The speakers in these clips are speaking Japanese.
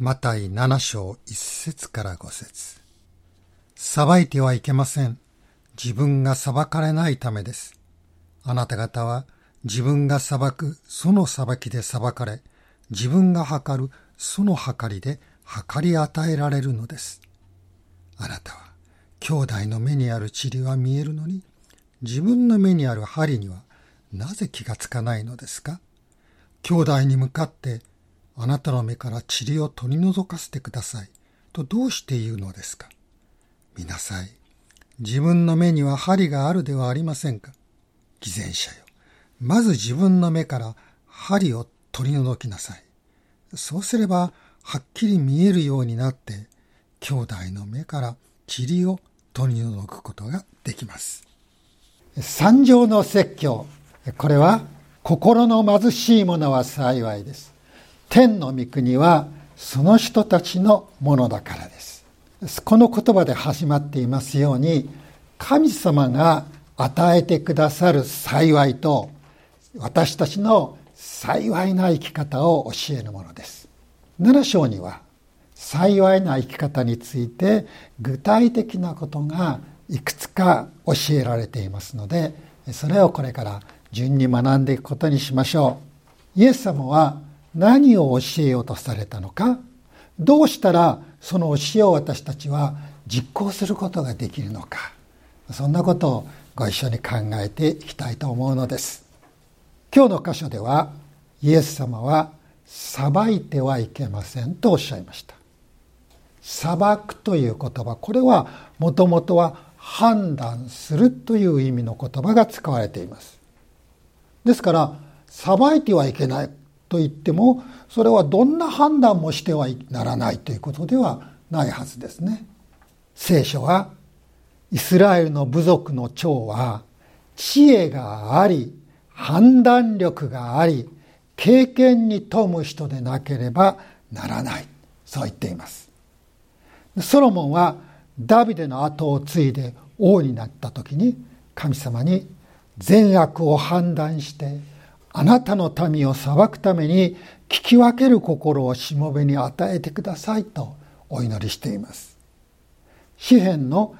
マタイ7章1節から5節。裁いてはいけません。自分が裁かれないためです。あなた方は自分が裁くその裁きで裁かれ、自分が測るその測りで測り与えられるのです。あなたは兄弟の目にある塵は見えるのに、自分の目にある針にはなぜ気がつかないのですか？兄弟に向かって、あなたの目から塵を取り除かせてくださいとどうして言うのですか？見なさい。自分の目には針があるではありませんか。偽善者よ。まず自分の目から針を取り除きなさい。そうすればはっきり見えるようになって、兄弟の目から塵を取り除くことができます。 三条の説教。これは心の貧しい者は幸いです。天の御国はその人たちのものだからです。この言葉で始まっていますように、神様が与えてくださる幸いと私たちの幸いな生き方を教えるものです。7章には幸いな生き方について具体的なことがいくつか教えられていますので、それをこれから順に学んでいくことにしましょう。イエス様は何を教えようとされたのか、どうしたらその教えを私たちは実行することができるのか、そんなことをご一緒に考えていきたいと思うのです。今日の箇所ではイエス様は裁いてはいけませんとおっしゃいました。裁くという言葉、これはもともとは判断するという意味の言葉が使われています。ですから裁いてはいけないと言っても、それはどんな判断もしてはならないということではないはずですね。聖書はイスラエルの部族の長は知恵があり、判断力があり、経験に富む人でなければならない、そう言っています。ソロモンはダビデの後を継いで王になった時に、神様に善悪を判断してあなたの民を裁くために聞き分ける心をしもべに与えてくださいとお祈りしています。詩編の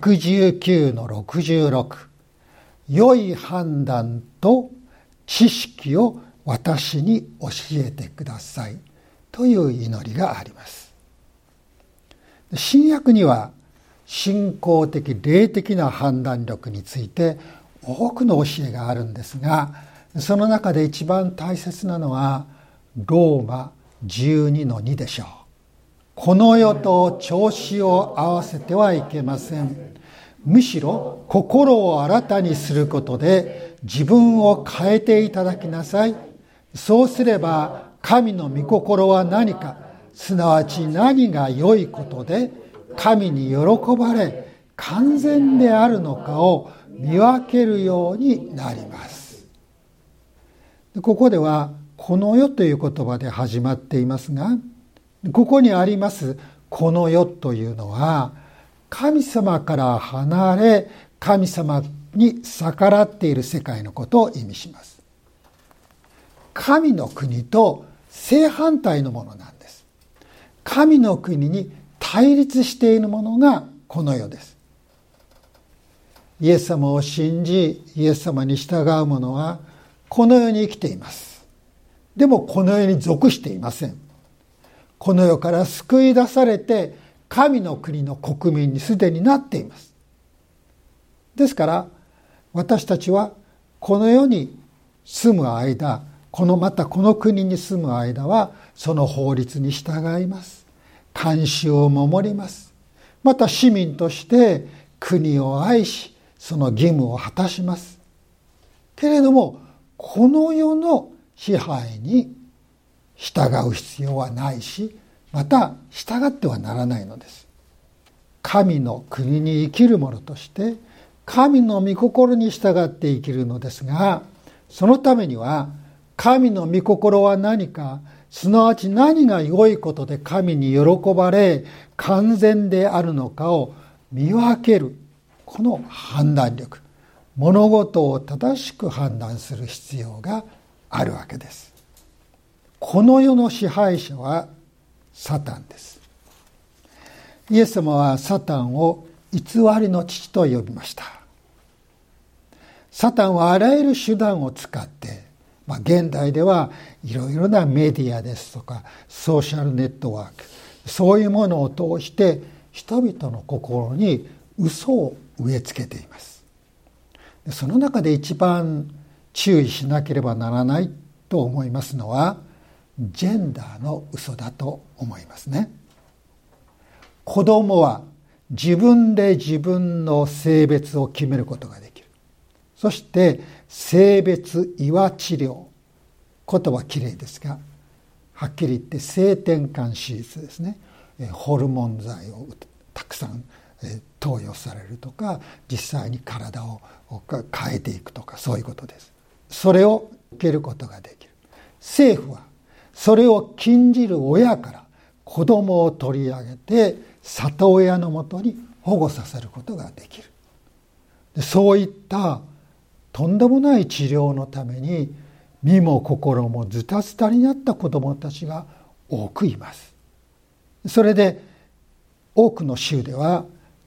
119の66、良い判断と知識を私に教えてくださいという祈りがあります。新約には信仰的霊的な判断力について多くの教えがあるんですが、その中で一番大切なのはローマ12の2でしょう。この世と調子を合わせてはいけません。むしろ心を新たにすることで自分を変えていただきなさい。そうすれば神の御心は何か、すなわち何が良いことで神に喜ばれ完全であるのかを見分けるようになります。ここではこの世という言葉で始まっていますが、ここにありますこの世というのは神様から離れ神様に逆らっている世界のことを意味します。神の国と正反対のものなんです。神の国に対立しているものがこの世です。イエス様を信じイエス様に従う者はこの世に生きています。でもこの世に属していません。この世から救い出されて神の国の国民にすでになっています。ですから私たちはこの世に住む間、またこの国に住む間はその法律に従います。慣習を守ります。また市民として国を愛しその義務を果たします。けれどもこの世の支配に従う必要はないし、また従ってはならないのです。神の国に生きる者として神の御心に従って生きるのですが、そのためには神の御心は何か、すなわち何が良いことで神に喜ばれ完全であるのかを見分ける、この判断力、物事を正しく判断する必要があるわけです。この世の支配者はサタンです。イエス様はサタンを偽りの父と呼びました。サタンはあらゆる手段を使って、現代ではいろいろなメディアですとかソーシャルネットワーク、そういうものを通して人々の心に嘘を植え付けています。その中で一番注意しなければならないと思いますのはジェンダーの嘘だと思いますね。子供は自分で自分の性別を決めることができる。そして性別違和治療、言葉きれいですが、はっきり言って性転換手術ですね。ホルモン剤をたくさん投与されるとか、実際に体を変えていくとか、そういうことです。それを受けることができる。政府はそれを禁じる親から子供を取り上げて里親のもとに保護させることができる。そういったとんでもない治療のために身も心もズタズタになった子どもたちが多くいます。それで多くの州では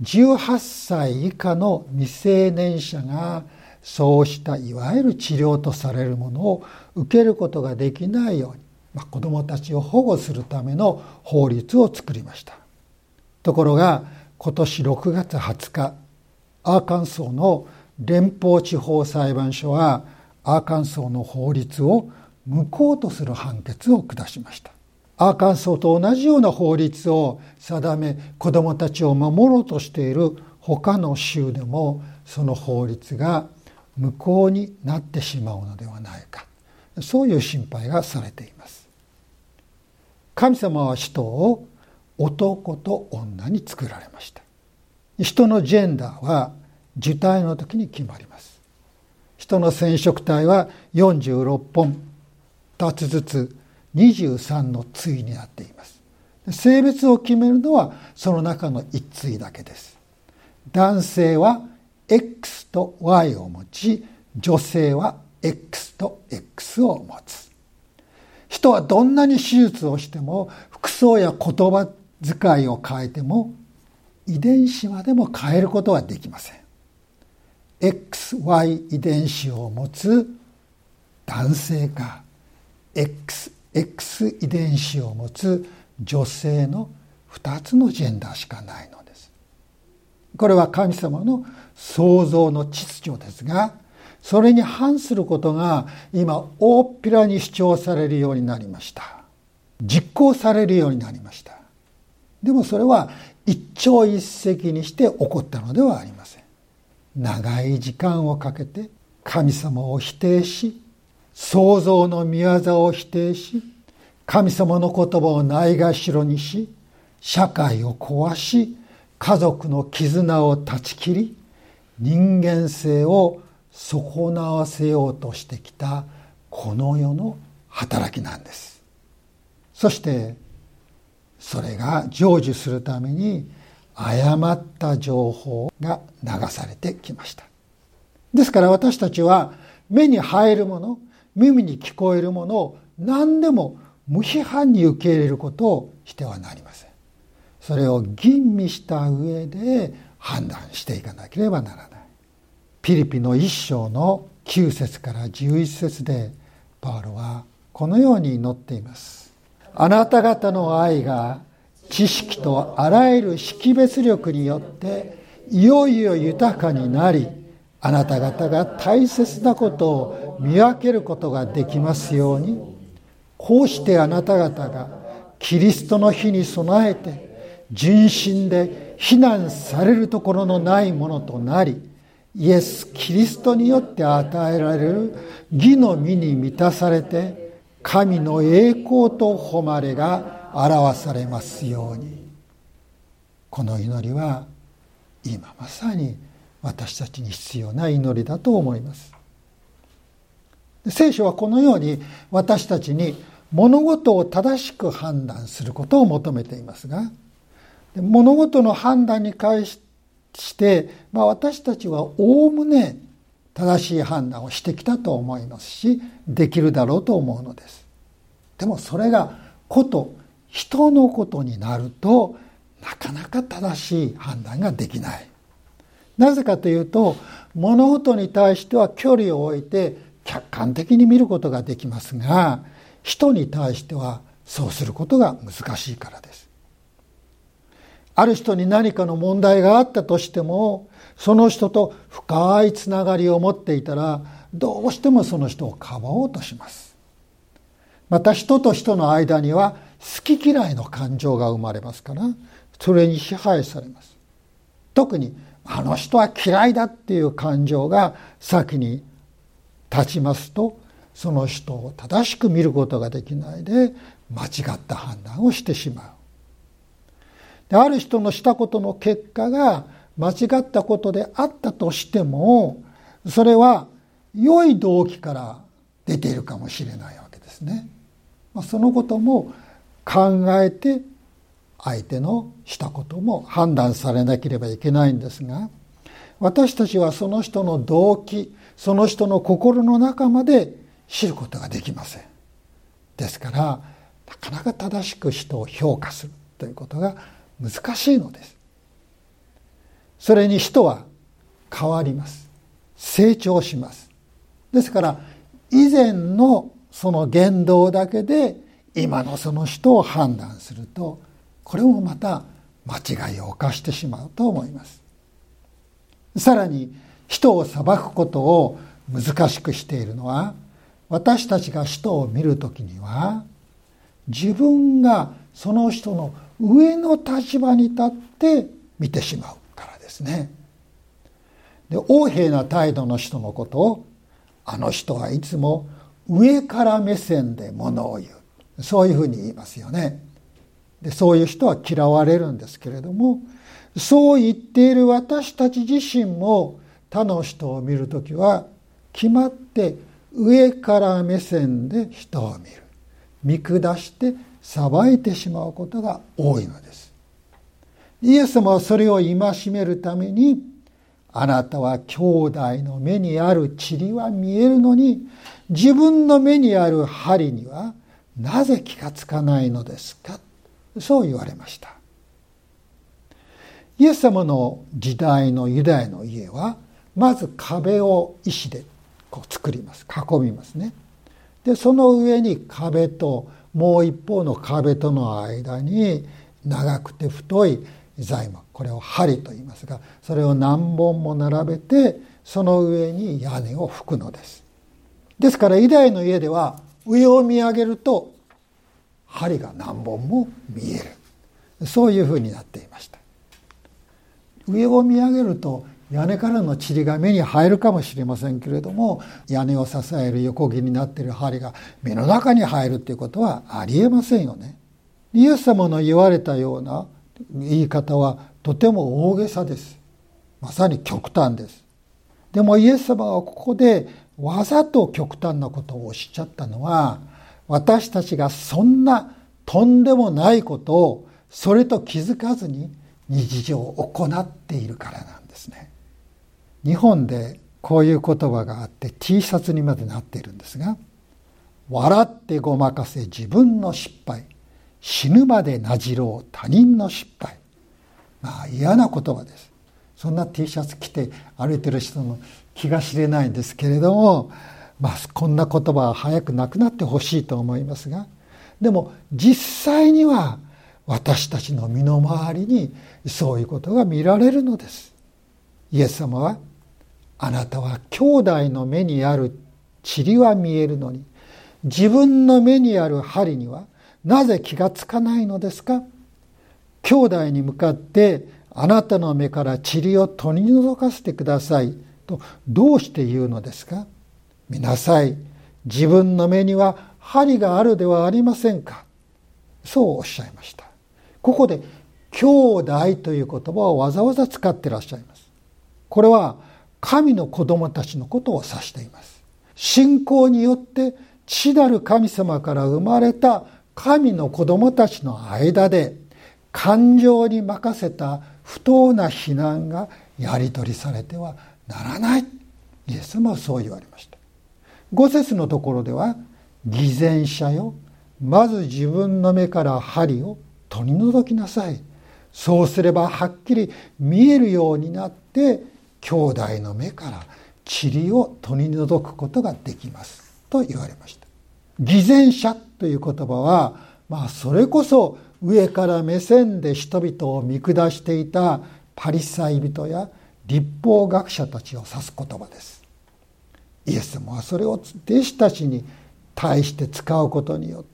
18歳以下の未成年者がそうしたいわゆる治療とされるものを受けることができないように、子どもたちを保護するための法律を作りました。ところが今年6月20日、アーカンソーの連邦地方裁判所はアーカンソーの法律を無効とする判決を下しました。アーカンソーと同じような法律を定め、子どもたちを守ろうとしている他の州でもその法律が無効になってしまうのではないか、そういう心配がされています。神様は人を男と女に作られました。人のジェンダーは受胎の時に決まります。人の染色体は46本2つずつ23の対になっています。性別を決めるのはその中の1対だけです。男性は X と Y を持ち、女性は X と X を持つ。人はどんなに手術をしても、服装や言葉遣いを変えても、遺伝子までも変えることはできません。XY 遺伝子を持つ男性か XX 遺伝子を持つ女性の2つのジェンダーしかないのです。これは神様の創造の秩序ですが、それに反することが今大っぴらに主張されるようになりました。実行されるようになりました。でもそれは一朝一夕にして起こったのではありません。長い時間をかけて神様を否定し、創造の御業を否定し、神様の言葉をないがしろにし、社会を壊し、家族の絆を断ち切り、人間性を損なわせようとしてきたこの世の働きなんです。そしてそれが成就するために誤った情報が流されてきました。ですから私たちは目に入るもの、耳に聞こえるものを何でも無批判に受け入れることをしてはなりません。それを吟味した上で判断していかなければならない。ピリピの1章の9節から11節でパウロはこのように祈っています。あなた方の愛が知識とあらゆる識別力によっていよいよ豊かになり、あなた方が大切なことを見分けることができますように、こうしてあなた方がキリストの日に備えて純真で非難されるところのないものとなり、イエス・キリストによって与えられる義の実に満たされて、神の栄光と誉れが表されますように。この祈りは今まさに私たちに必要な祈りだと思います。聖書はこのように私たちに物事を正しく判断することを求めていますが、物事の判断に関して、私たちはおおむね正しい判断をしてきたと思いますし、できるだろうと思うのです。でもそれがこと人のことになるとなかなか正しい判断ができない。なぜかというと、物事に対しては距離を置いて客観的に見ることができますが、人に対してはそうすることが難しいからです。ある人に何かの問題があったとしても、その人と深いつながりを持っていたら、どうしてもその人をかばおうとします。また人と人の間には好き嫌いの感情が生まれますから、それに支配されます。特にあの人は嫌いだっていう感情が先に立ちますと、その人を正しく見ることができないで間違った判断をしてしまう。で、ある人のしたことの結果が間違ったことであったとしても、それは良い動機から出ているかもしれないわけですね。そのことも考えて相手のしたことも判断されなければいけないんですが、私たちはその人の動機、その人の心の中まで知ることができません。ですから、なかなか正しく人を評価するということが難しいのです。それに人は変わります。成長します。ですから、以前のその言動だけで今のその人を判断すると、これもまた間違いを犯してしまうと思います。さらに人を裁くことを難しくしているのは、私たちが人を見るときには自分がその人の上の立場に立って見てしまうからですね。で、横柄な態度の人のことを、あの人はいつも上から目線で物を言う、そういうふうに言いますよね。で、そういう人は嫌われるんですけれども、そう言っている私たち自身も他の人を見るときは決まって上から目線で人を見る、見下して裁いてしまうことが多いのです。イエス様はそれを戒めるために、あなたは兄弟の目にある塵は見えるのに、自分の目にある針にはなぜ気がつかないのですか、そう言われました。イエス様の時代のユダヤの家は、まず壁を石でこう作ります。囲みますね。で、その上に壁ともう一方の壁との間に長くて太い材木、これを梁と言いますが、それを何本も並べて、その上に屋根を葺くのです。ですからユダヤの家では上を見上げると梁が何本も見える、そういうふうになっていました。上を見上げると屋根からの塵が目に入るかもしれませんけれども、屋根を支える横木になっている梁が目の中に入るということはありえませんよね。イエス様の言われたような言い方はとても大げさです。まさに極端です。でもイエス様はここでわざと極端なことをおっしゃったのは、私たちがそんなとんでもないことをそれと気づかずに日常を行っているからなんですね。日本でこういう言葉があって T シャツにまでなっているんですが、笑ってごまかせ自分の失敗、死ぬまでなじろう他人の失敗。嫌な言葉です。そんな T シャツ着て歩いてる人の気が知れないんですけれども、こんな言葉は早くなくなってほしいと思いますが、でも実際には私たちの身の回りにそういうことが見られるのです。イエス様は、あなたは兄弟の目にある塵は見えるのに、自分の目にある針にはなぜ気がつかないのですか。兄弟に向かってあなたの目から塵を取り除かせてくださいとどうして言うのですか。見なさい、自分の目には針があるではありませんか。そうおっしゃいました。ここで兄弟という言葉をわざわざ使ってらっしゃいます。これは神の子供たちのことを指しています。信仰によって父なる神様から生まれた神の子供たちの間で、感情に任せた不当な非難がやり取りされてはならない。イエス様はそう言われました。5節のところでは、偽善者よ、 まず自分の目から針を取り除きなさい。そうすればはっきり見えるようになって、兄弟の目から塵を取り除くことができますと言われました。偽善者という言葉は、それこそ上から目線で人々を見下していたパリサイ人や律法学者たちを指す言葉です。イエス様はそれを弟子たちに対して使うことによって、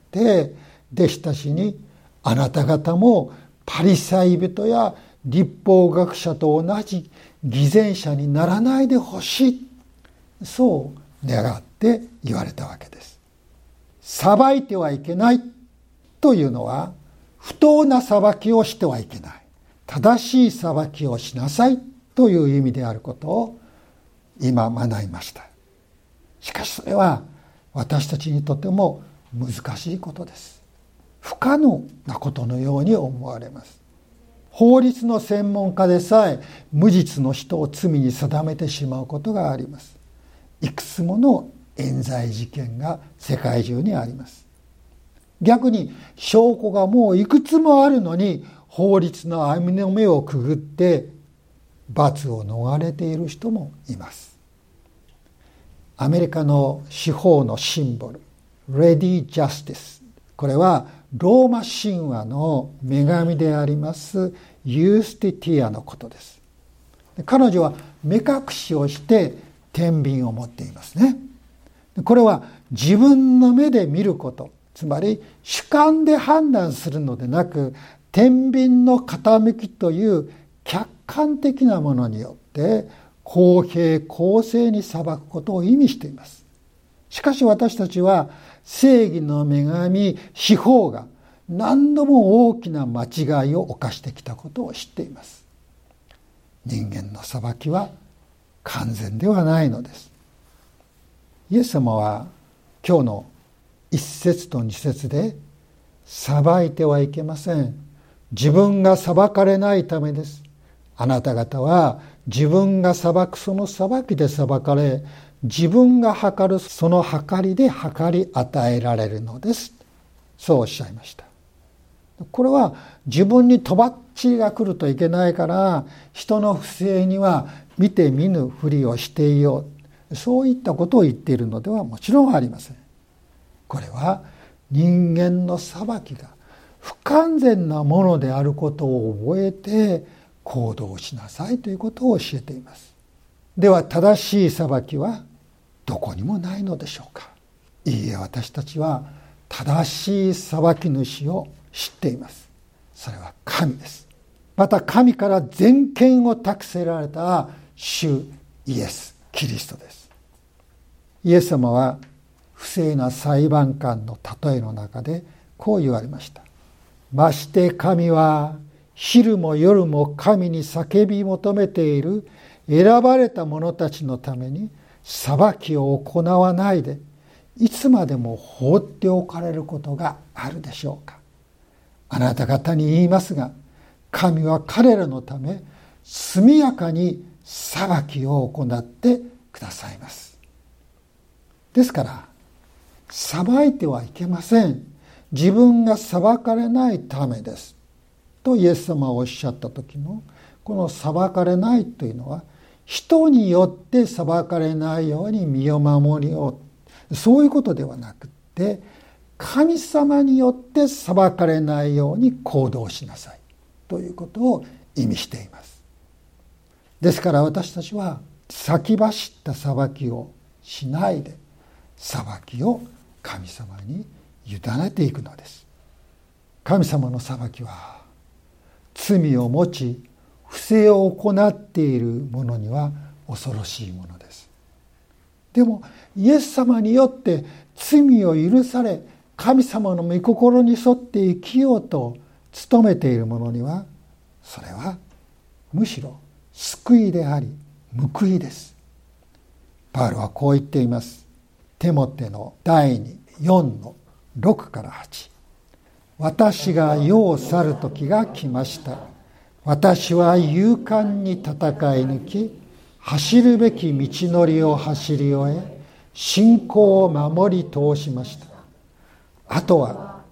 弟子たちに、あなた方もパリサイ人や律法学者と同じ偽善者にならないでほしい、そう願って言われたわけです。裁いてはいけないというのは、不当な裁きをしてはいけない、正しい裁きをしなさいという意味であることを今学びました。しかしそれは私たちにとても難しいことです。不可能なことのように思われます。法律の専門家でさえ無実の人を罪に定めてしまうことがあります。いくつもの冤罪事件が世界中にあります。逆に証拠がもういくつもあるのに、法律の網の目をくぐって罰を逃れている人もいます。アメリカの司法のシンボル、レディ・ジャスティス。これはローマ神話の女神でありますユースティティアのことです。彼女は目隠しをして天秤を持っていますね。これは自分の目で見ること、つまり主観で判断するのでなく、天秤の傾きという客観的なものによって公平公正に裁くことを意味しています。しかし私たちは正義の女神司法が何度も大きな間違いを犯してきたことを知っています。人間の裁きは完全ではないのです。イエス様は今日の1節と2節で、裁いてはいけません。自分が裁かれないためです。あなた方は自分が裁くその裁きで裁かれ、自分が測るその測りで測り与えられるのです。そうおっしゃいました。これは自分にとばっちりが来るといけないから、人の不正には見て見ぬふりをしていよう、そういったことを言っているのではもちろんありません。これは人間の裁きが不完全なものであることを覚えて行動しなさいということを教えています。では正しい裁きはどこにもないのでしょうか。いいえ、私たちは正しい裁き主を知っています。それは神です。また神から全権を託せられた主イエス・キリストです。イエス様は不正な裁判官の例えの中でこう言われました。まして神は昼も夜も神に叫び求めている選ばれた者たちのために裁きを行わないで、いつまでも放っておかれることがあるでしょうか。あなた方に言いますが、神は彼らのため速やかに裁きを行ってくださいます。ですから裁いてはいけません。自分が裁かれないためですとイエス様はおっしゃった時のこの裁かれないというのは、人によって裁かれないように身を守りよう、そういうことではなくて、神様によって裁かれないように行動しなさいということを意味しています。ですから私たちは先走った裁きをしないで、裁きを神様に委ねていくのです。神様の裁きは罪を持ち不正を行っている者には恐ろしいものです。でもイエス様によって罪を許され、神様の御心に沿って生きようと努めている者には、それはむしろ救いであり報いです。パウロはこう言っています。テモテの第4の6から8。私が世を去る時が来ました。私は勇敢に戦い抜き、走るべき道のりを走り終え、信仰を守り通しました。あとは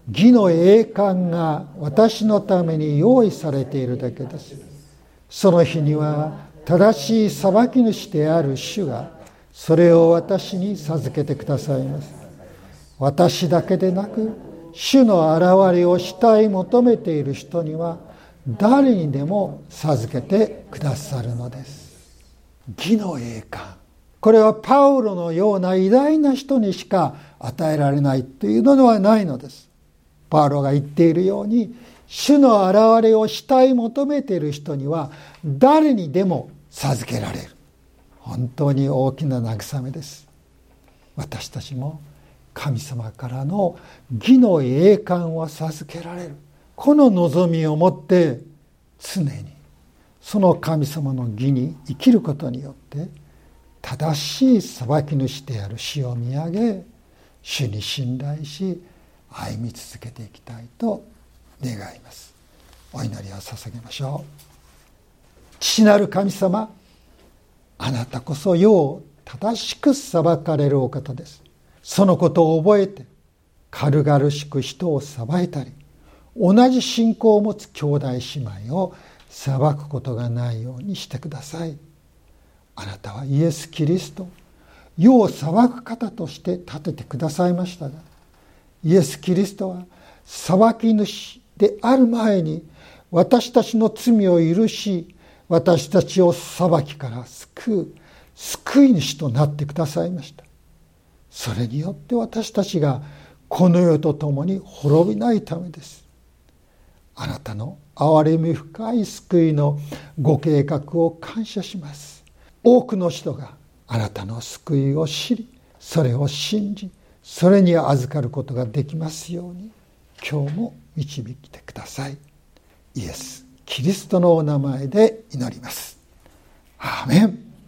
義の栄冠が私のために用意されているだけです。その日には正しい裁き主である主がそれを私に授けてくださいます。私だけでなく主の現れをしたい求めている人には誰にでも授けてくださるのです。義の栄冠、これはパウロのような偉大な人にしか与えられないというのではないのです。パウロが言っているように、主の現れをしたい求めている人には誰にでも授けられる。本当に大きな慰めです。私たちも神様からの義の栄冠を授けられる、この望みを持って常にその神様の義に生きることによって正しい裁き主である主を見上げ、主に信頼し歩み続けていきたいと願います。お祈りを捧げましょう。父なる神様、あなたこそ世を正しく裁かれるお方です。そのことを覚えて軽々しく人を裁いたり、同じ信仰を持つ兄弟姉妹を裁くことがないようにしてください。あなたはイエス・キリスト、世を裁く方として立ててくださいましたが、イエス・キリストは裁き主である前に私たちの罪を許し、私たちを裁きから救う救い主となってくださいました。それによって私たちがこの世と共に滅びないためです。あなたの憐れみ深い救いのご計画を感謝します。多くの人があなたの救いを知り、それを信じ、それに預かることができますように、今日も導いてください。イエス・キリストのお名前で祈ります。アーメン。